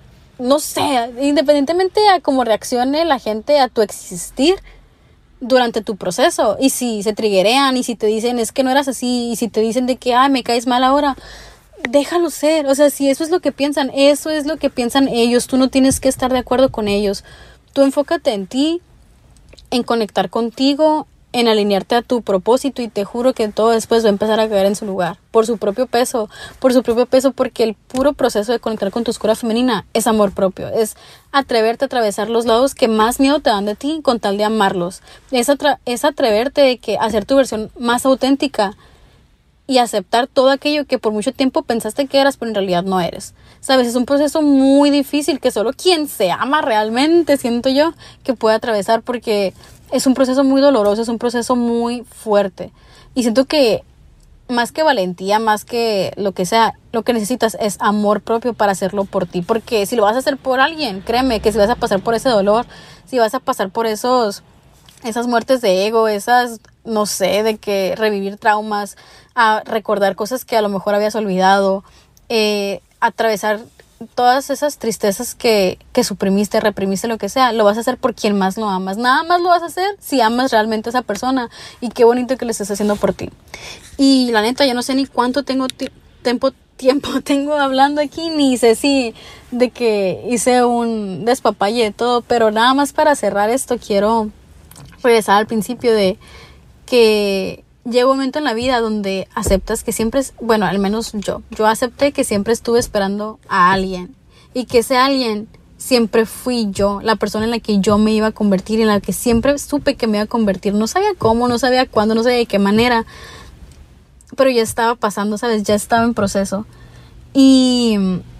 independientemente a cómo reaccione la gente a tu existir durante tu proceso, y si se triggerean, y si te dicen es que no eras así, y si te dicen de que me caes mal ahora, déjalo ser. O sea, si eso es lo que piensan, eso es lo que piensan ellos. Tú no tienes que estar de acuerdo con ellos. Tú enfócate en ti, en conectar contigo, en alinearte a tu propósito, y te juro que todo después va a empezar a caer en su lugar, por su propio peso, porque el puro proceso de conectar con tu oscura femenina es amor propio, es atreverte a atravesar los lados que más miedo te dan de ti con tal de amarlos, es atreverte a ser tu versión más auténtica y aceptar todo aquello que por mucho tiempo pensaste que eras, pero en realidad no eres. ¿Sabes? Es un proceso muy difícil que solo quien se ama realmente, siento yo, que puede atravesar, porque es un proceso muy doloroso, es un proceso muy fuerte. Y siento que más que valentía, más que lo que sea, lo que necesitas es amor propio para hacerlo por ti. Porque si lo vas a hacer por alguien, créeme que si vas a pasar por ese dolor, si vas a pasar por esas muertes de ego, no sé, de que revivir traumas, a recordar cosas que a lo mejor habías olvidado, atravesar todas esas tristezas que suprimiste, reprimiste, lo que sea, lo vas a hacer por quien más lo amas. Nada más lo vas a hacer si amas realmente a esa persona, y qué bonito que lo estés haciendo por ti. Y la neta, yo no sé ni cuánto tiempo tengo hablando aquí, ni sé si de que hice un despapalle de todo, pero nada más para cerrar esto, quiero regresar al principio de que llega un momento en la vida donde aceptas que siempre bueno, al menos yo acepté que siempre estuve esperando a alguien, y que ese alguien siempre fui yo, la persona en la que yo me iba a convertir, en la que siempre supe que me iba a convertir. No sabía cómo, no sabía cuándo, no sabía de qué manera, pero ya estaba pasando, ¿sabes? Ya estaba en proceso. Y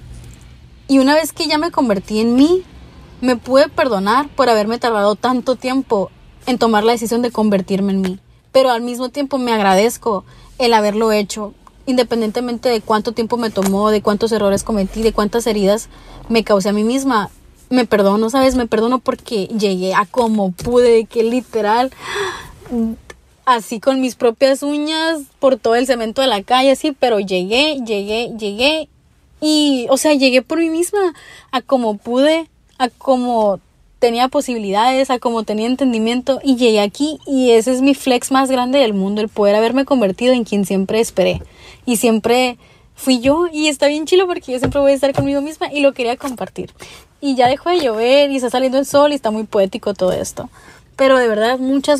una vez que ya me convertí en mí, me pude perdonar por haberme tardado tanto tiempo en tomar la decisión de convertirme en mí. Pero al mismo tiempo me agradezco el haberlo hecho, independientemente de cuánto tiempo me tomó, de cuántos errores cometí, de cuántas heridas me causé a mí misma. Me perdono, ¿sabes? Me perdono porque llegué a como pude, que literal, así con mis propias uñas, por todo el cemento de la calle, así, pero llegué, y, o sea, llegué por mí misma, a como pude, a como tenía posibilidades, a como tenía entendimiento, y llegué aquí, y ese es mi flex más grande del mundo, el poder haberme convertido en quien siempre esperé, y siempre fui yo, y está bien chilo porque yo siempre voy a estar conmigo misma, y lo quería compartir. Y ya dejó de llover, y está saliendo el sol, y está muy poético todo esto. Pero de verdad, muchas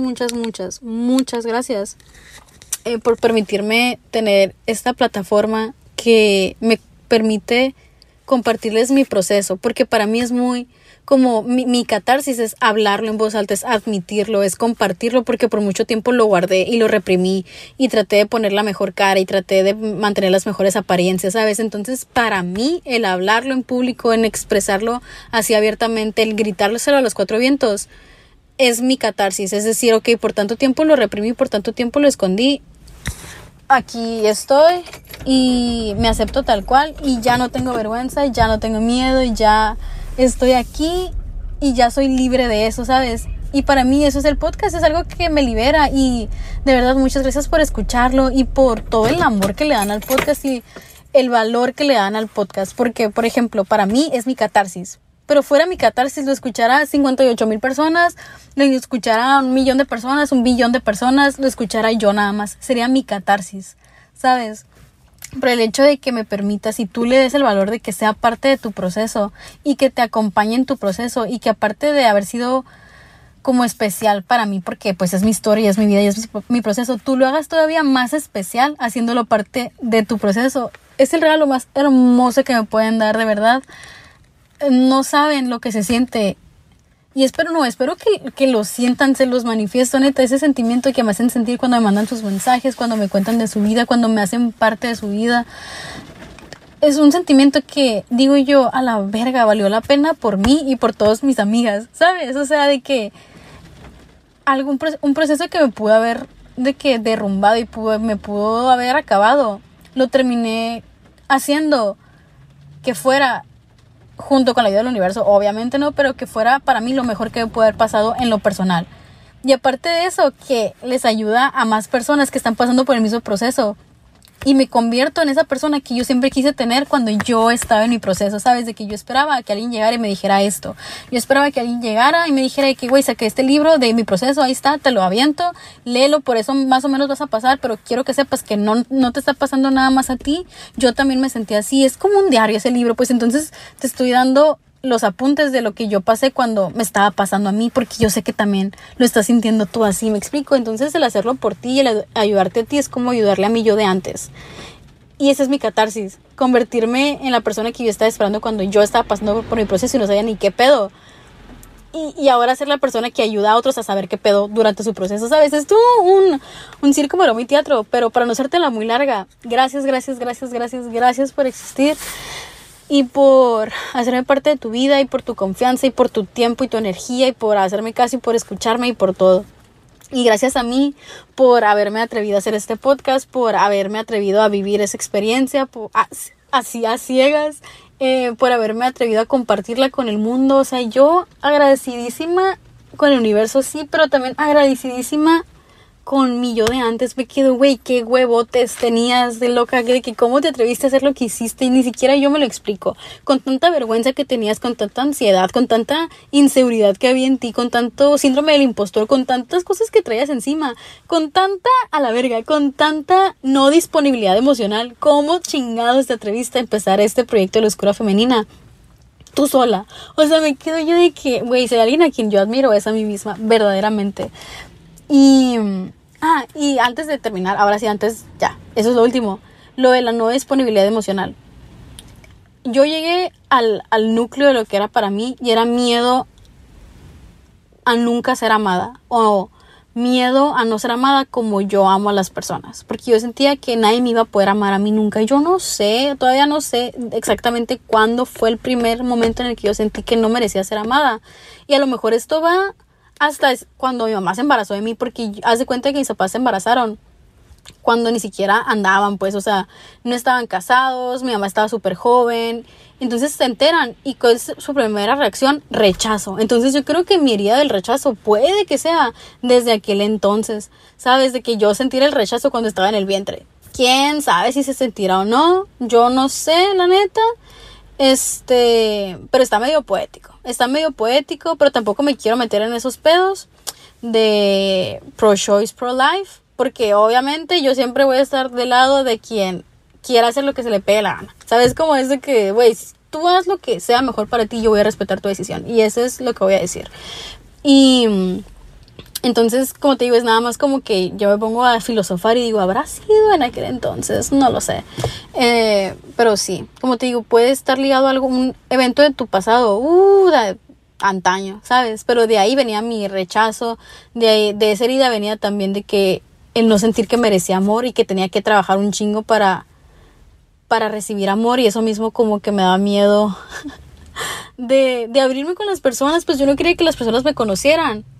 gracias por permitirme tener esta plataforma que me permite compartirles mi proceso, porque para mí es muy como mi catarsis, es hablarlo en voz alta, es admitirlo, es compartirlo, porque por mucho tiempo lo guardé y lo reprimí, y traté de poner la mejor cara y traté de mantener las mejores apariencias, ¿sabes? Entonces, para mí, el hablarlo en público, en expresarlo así abiertamente, el gritárselo a los cuatro vientos, es mi catarsis. Es decir, ok, por tanto tiempo lo reprimí, por tanto tiempo lo escondí, aquí estoy y me acepto tal cual y ya no tengo vergüenza, ya no tengo miedo y ya estoy aquí y ya soy libre de eso, ¿sabes? Y para mí eso es el podcast, es algo que me libera y de verdad muchas gracias por escucharlo y por todo el amor que le dan al podcast y el valor que le dan al podcast, porque por ejemplo para mí es mi catarsis, pero fuera mi catarsis lo escuchará 58,000 personas, lo escuchará 1,000,000 de personas, 1,000,000,000 de personas, lo escuchará yo nada más, sería mi catarsis, ¿sabes? Pero el hecho de que me permitas y tú le des el valor de que sea parte de tu proceso y que te acompañe en tu proceso y que aparte de haber sido como especial para mí, porque pues es mi historia, es mi vida y es mi proceso, tú lo hagas todavía más especial haciéndolo parte de tu proceso. Es el regalo más hermoso que me pueden dar, de verdad. No saben lo que se siente. Y espero que lo sientan, se los manifiesto, neta, ese sentimiento que me hacen sentir cuando me mandan sus mensajes, cuando me cuentan de su vida, cuando me hacen parte de su vida. Es un sentimiento que, digo yo, a la verga, valió la pena por mí y por todas mis amigas, ¿sabes? O sea, de que un proceso que me pudo haber derrumbado y me pudo haber acabado, lo terminé haciendo que fuera junto con la ayuda del universo, obviamente no, pero que fuera para mí lo mejor que me pudo haber pasado en lo personal. Y aparte de eso, que les ayuda a más personas que están pasando por el mismo proceso. Y me convierto en esa persona que yo siempre quise tener cuando yo estaba en mi proceso, ¿sabes? De que yo esperaba que alguien llegara y me dijera esto. Yo esperaba que alguien llegara y me dijera que, güey, saqué este libro de mi proceso, ahí está, te lo aviento, léelo, por eso más o menos vas a pasar, pero quiero que sepas que no te está pasando nada más a ti. Yo también me sentí así, es como un diario ese libro, pues entonces te estoy dando los apuntes de lo que yo pasé cuando me estaba pasando a mí, porque yo sé que también lo estás sintiendo tú así, ¿me explico? Entonces el hacerlo por ti y el ayudarte a ti es como ayudarle a mí yo de antes. Y esa es mi catarsis, convertirme en la persona que yo estaba esperando cuando yo estaba pasando por mi proceso y no sabía ni qué pedo. Y ahora ser la persona que ayuda a otros a saber qué pedo durante su proceso, ¿sabes? Es todo un circo, maroma y teatro, pero para no hacértela muy larga, gracias por existir. Y por hacerme parte de tu vida y por tu confianza y por tu tiempo y tu energía y por hacerme caso y por escucharme y por todo. Y gracias a mí por haberme atrevido a hacer este podcast, por haberme atrevido a vivir esa experiencia, así a ciegas, por haberme atrevido a compartirla con el mundo. O sea, yo agradecidísima con el universo, sí, pero también agradecidísima con mi yo de antes. Me quedo, güey, qué huevotes tenías de loca, de que cómo te atreviste a hacer lo que hiciste y ni siquiera yo me lo explico. Con tanta vergüenza que tenías, con tanta ansiedad, con tanta inseguridad que había en ti, con tanto síndrome del impostor, con tantas cosas que traías encima, con tanta, a la verga, con tanta no disponibilidad emocional, ¿cómo chingados te atreviste a empezar este proyecto de la oscura femenina? Tú sola. O sea, me quedo yo de que, güey, si hay alguien a quien yo admiro es a mí misma, verdaderamente. Y antes de terminar, ahora sí, ya, eso es lo último, lo de la no disponibilidad emocional. Yo llegué al núcleo de lo que era para mí y era miedo a nunca ser amada o miedo a no ser amada como yo amo a las personas, porque yo sentía que nadie me iba a poder amar a mí nunca. Yo todavía no sé exactamente cuándo fue el primer momento en el que yo sentí que no merecía ser amada, y a lo mejor esto va hasta cuando mi mamá se embarazó de mí, porque haz de cuenta que mis papás se embarazaron cuando ni siquiera andaban, pues, o sea, no estaban casados, mi mamá estaba súper joven, entonces se enteran y ¿cuál es su primera reacción? Rechazo. Entonces yo creo que mi herida del rechazo puede que sea desde aquel entonces, ¿sabes? De que yo sentiera el rechazo cuando estaba en el vientre. ¿Quién sabe si se sentirá o no? Yo no sé, la neta. Pero está medio poético, pero tampoco me quiero meter en esos pedos de pro-choice, pro-life, porque obviamente yo siempre voy a estar del lado de quien quiera hacer lo que se le pegue la gana, ¿sabes? Como es de que, güey, tú haz lo que sea mejor para ti, yo voy a respetar tu decisión, y eso es lo que voy a decir. Y entonces, como te digo, es nada más como que yo me pongo a filosofar y digo, ¿habrá sido en aquel entonces? No lo sé. Pero sí, como te digo, puede estar ligado a algún evento de tu pasado, de antaño, ¿sabes? Pero de ahí venía mi rechazo, de esa herida venía también de que el no sentir que merecía amor y que tenía que trabajar un chingo para recibir amor, y eso mismo como que me daba miedo de abrirme con las personas. Pues yo no quería que las personas me conocieran,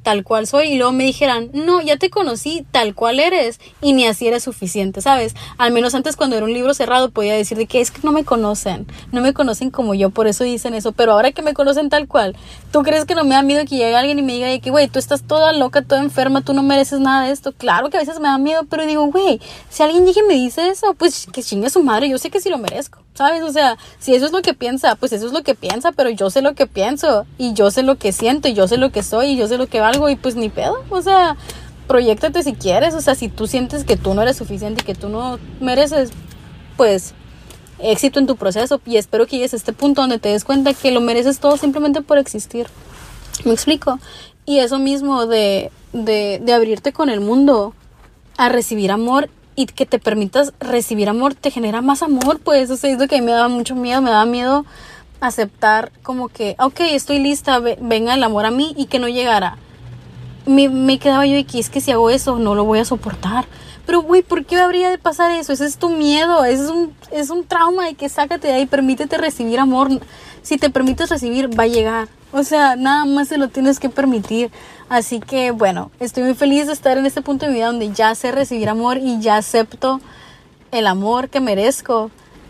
tal cual soy y luego me dijeran, no, ya te conocí tal cual eres y ni así eres suficiente, ¿sabes? Al menos antes cuando era un libro cerrado podía decir de que es que no me conocen como yo, por eso dicen eso, pero ahora que me conocen tal cual, ¿tú crees que no me da miedo que llegue alguien y me diga de que, güey, tú estás toda loca, toda enferma, tú no mereces nada de esto? Claro que a veces me da miedo, pero digo, güey, si alguien llega y me dice eso, pues que chingue su madre, yo sé que sí lo merezco, ¿sabes? O sea, si eso es lo que piensa, pues eso es lo que piensa, pero yo sé lo que pienso y yo sé lo que siento y yo sé lo que soy y yo sé lo que valgo y pues ni pedo, o sea, proyéctate si quieres, o sea, si tú sientes que tú no eres suficiente y que tú no mereces, pues éxito en tu proceso y espero que llegues a este punto donde te des cuenta que lo mereces todo simplemente por existir. ¿Me explico? Y eso mismo de abrirte con el mundo a recibir amor y que te permitas recibir amor te genera más amor, pues, o sea, es lo que a mí me daba mucho miedo, me daba miedo aceptar como que, ok, estoy lista, venga el amor a mí y que no llegara. Me quedaba yo aquí, es que si hago eso no lo voy a soportar. Pero güey, ¿por qué habría de pasar eso? Ese es tu miedo, es un trauma y que sácate de ahí, permítete recibir amor. Si te permites recibir, va a llegar. O sea, nada más se lo tienes que permitir. Así que bueno, estoy muy feliz de estar en este punto de mi vida donde ya sé recibir amor y ya acepto el amor que merezco.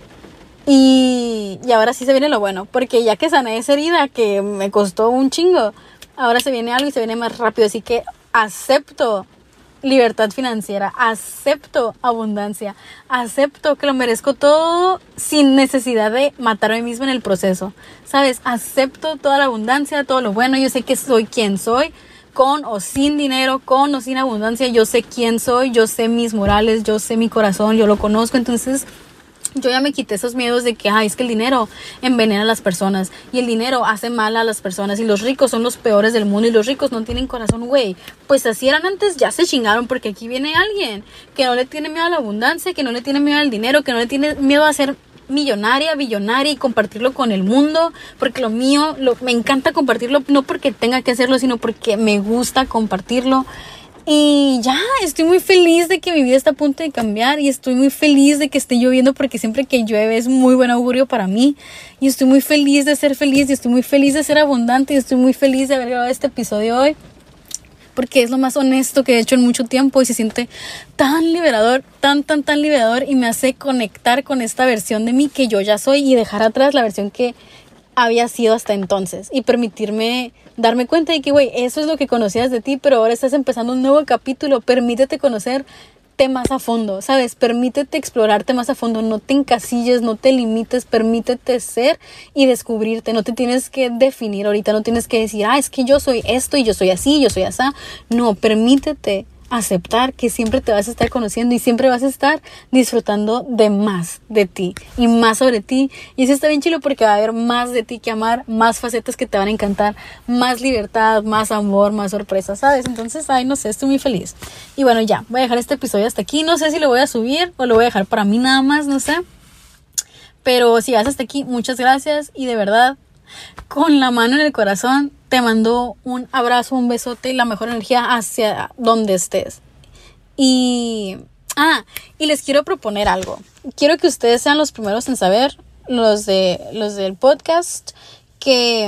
Y ahora sí se viene lo bueno, porque ya que sané esa herida que me costó un chingo, ahora se viene algo y se viene más rápido. Así que acepto libertad financiera, acepto abundancia, acepto que lo merezco todo sin necesidad de matarme misma en el proceso, ¿sabes? Acepto toda la abundancia, todo lo bueno, yo sé que soy quien soy, con o sin dinero, con o sin abundancia, yo sé quién soy, yo sé mis morales, yo sé mi corazón, yo lo conozco, entonces yo ya me quité esos miedos de que, es que el dinero envenena a las personas y el dinero hace mal a las personas y los ricos son los peores del mundo y los ricos no tienen corazón, güey. Pues así eran antes, ya se chingaron porque aquí viene alguien que no le tiene miedo a la abundancia, que no le tiene miedo al dinero, que no le tiene miedo a ser millonaria, billonaria y compartirlo con el mundo, porque lo mío, me encanta compartirlo, no porque tenga que hacerlo, sino porque me gusta compartirlo. Y ya, estoy muy feliz de que mi vida está a punto de cambiar y estoy muy feliz de que esté lloviendo porque siempre que llueve es muy buen augurio para mí y estoy muy feliz de ser feliz y estoy muy feliz de ser abundante y estoy muy feliz de haber grabado este episodio hoy porque es lo más honesto que he hecho en mucho tiempo y se siente tan liberador, tan liberador y me hace conectar con esta versión de mí que yo ya soy y dejar atrás la versión que había sido hasta entonces y permitirme darme cuenta de que, güey, eso es lo que conocías de ti, pero ahora estás empezando un nuevo capítulo, permítete conocerte más a fondo, ¿sabes? Permítete explorarte más a fondo, no te encasilles, no te limites, permítete ser y descubrirte, no te tienes que definir ahorita, no tienes que decir, es que yo soy esto y yo soy así, yo soy asá, no, permítete aceptar que siempre te vas a estar conociendo y siempre vas a estar disfrutando de más de ti y más sobre ti y eso está bien chido porque va a haber más de ti que amar, más facetas que te van a encantar, más libertad, más amor, más sorpresas, ¿sabes? Entonces, no sé, estoy muy feliz y bueno, ya, voy a dejar este episodio hasta aquí, no sé si lo voy a subir o lo voy a dejar para mí nada más, no sé, pero si vas hasta aquí, muchas gracias y de verdad, con la mano en el corazón, te mando un abrazo, un besote y la mejor energía hacia donde estés. Y les quiero proponer algo. Quiero que ustedes sean los primeros en saber, los del podcast, que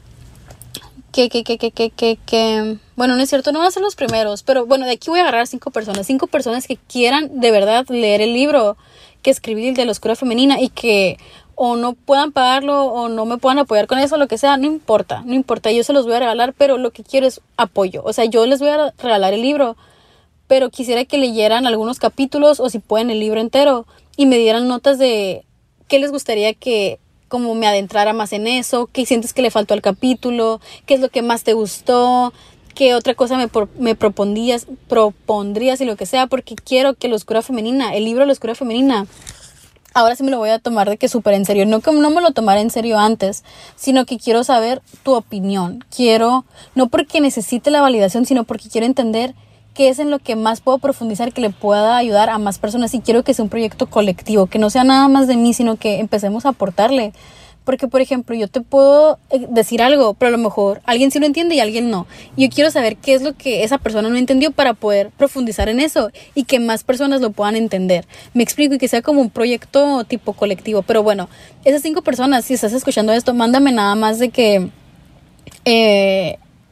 bueno, no es cierto, no van a ser los primeros, pero bueno, de aquí voy a agarrar 5 personas que quieran de verdad leer el libro que escribí, el de la oscura femenina, y que o no puedan pagarlo o no me puedan apoyar con eso, lo que sea, no importa, yo se los voy a regalar, pero lo que quiero es apoyo, o sea, yo les voy a regalar el libro, pero quisiera que leyeran algunos capítulos o si pueden el libro entero y me dieran notas de qué les gustaría que como me adentrara más en eso, qué sientes que le faltó al capítulo, qué es lo que más te gustó, qué otra cosa me propondrías y lo que sea, porque quiero que la oscura femenina, el libro La oscura femenina, ahora sí me lo voy a tomar de que súper en serio. No como no me lo tomara en serio antes, sino que quiero saber tu opinión. No porque necesite la validación, sino porque quiero entender qué es en lo que más puedo profundizar, que le pueda ayudar a más personas. Y quiero que sea un proyecto colectivo, que no sea nada más de mí, sino que empecemos a aportarle. Porque, por ejemplo, yo te puedo decir algo, pero a lo mejor alguien sí lo entiende y alguien no. Y yo quiero saber qué es lo que esa persona no entendió para poder profundizar en eso y que más personas lo puedan entender. Me explico y que sea como un proyecto tipo colectivo. Pero bueno, esas 5 personas, si estás escuchando esto, mándame nada más de que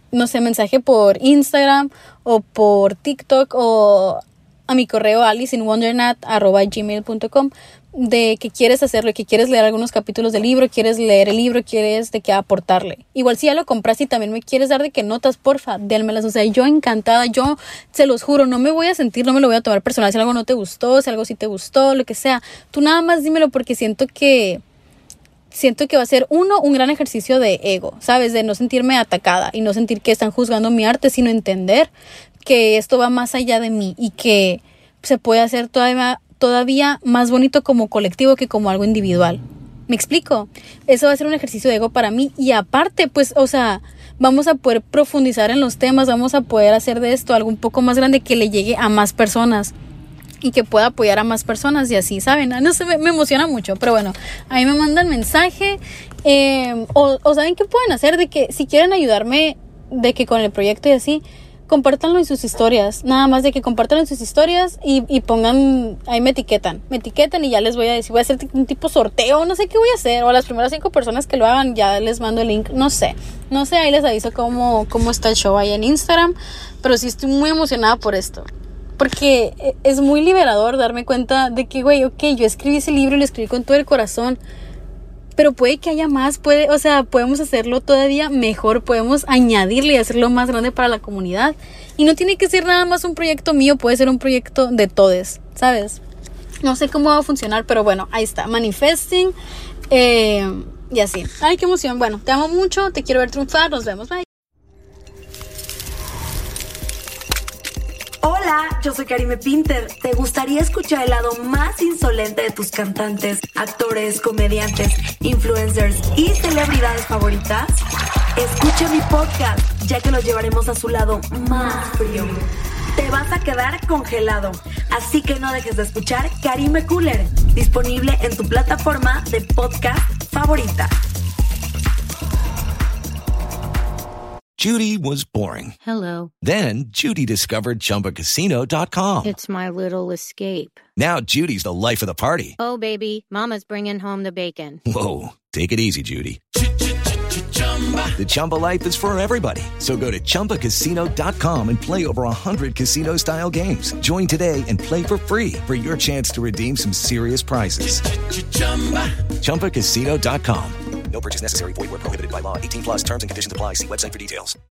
no sé, mensaje por Instagram o por TikTok o a mi correo aliceinwondernat@gmail.com de que quieres hacerlo, que quieres leer algunos capítulos del libro, quieres leer el libro, quieres de que aportarle. Igual si ya lo compraste y también me quieres dar de que notas, porfa, dénmelas. O sea, yo encantada, yo se los juro, no me voy a sentir, no me lo voy a tomar personal si algo no te gustó, si algo sí te gustó, lo que sea. Tú nada más dímelo porque siento que va a ser un gran ejercicio de ego, ¿sabes? De no sentirme atacada y no sentir que están juzgando mi arte, sino entender que esto va más allá de mí y que se puede hacer todavía más bonito como colectivo que como algo individual. ¿Me explico? Eso va a ser un ejercicio de ego para mí y aparte, pues, o sea, vamos a poder profundizar en los temas, vamos a poder hacer de esto algo un poco más grande que le llegue a más personas y que pueda apoyar a más personas y así, ¿saben? No sé, me emociona mucho, pero bueno, ahí me mandan mensaje o ¿saben qué pueden hacer? De que si quieren ayudarme de que con el proyecto y así, compártanlo en sus historias, nada más de que compártanlo en sus historias y pongan, ahí me etiquetan y ya les voy a decir, voy a hacer un tipo sorteo, no sé qué voy a hacer, o a las primeras 5 personas que lo hagan ya les mando el link, no sé, ahí les aviso cómo está el show ahí en Instagram, pero sí estoy muy emocionada por esto. Porque es muy liberador darme cuenta de que, güey, ok, yo escribí ese libro y lo escribí con todo el corazón, pero puede que haya más, o sea, podemos hacerlo todavía mejor, podemos añadirle y hacerlo más grande para la comunidad. Y no tiene que ser nada más un proyecto mío, puede ser un proyecto de todos, ¿sabes? No sé cómo va a funcionar, pero bueno, ahí está, manifesting y así. Ay, qué emoción. Bueno, te amo mucho, te quiero ver triunfar, nos vemos, bye. Hola, yo soy Karime Pinter. ¿Te gustaría escuchar el lado más insolente de tus cantantes, actores, comediantes, influencers y celebridades favoritas? Escucha mi podcast, ya que los llevaremos a su lado más frío. Te vas a quedar congelado, así que no dejes de escuchar Karime Cooler, disponible en tu plataforma de podcast favorita. Judy was boring. Hello. Then Judy discovered ChumbaCasino.com. It's my little escape. Now Judy's the life of the party. Oh, baby, mama's bringing home the bacon. Whoa, take it easy, Judy. The Chumba life is for everybody. So go to ChumbaCasino.com and play over 100 casino-style games. Join today and play for free for your chance to redeem some serious prizes. ChumbaCasino.com. No purchase necessary. Void where prohibited by law. 18+ terms and conditions apply. See website for details.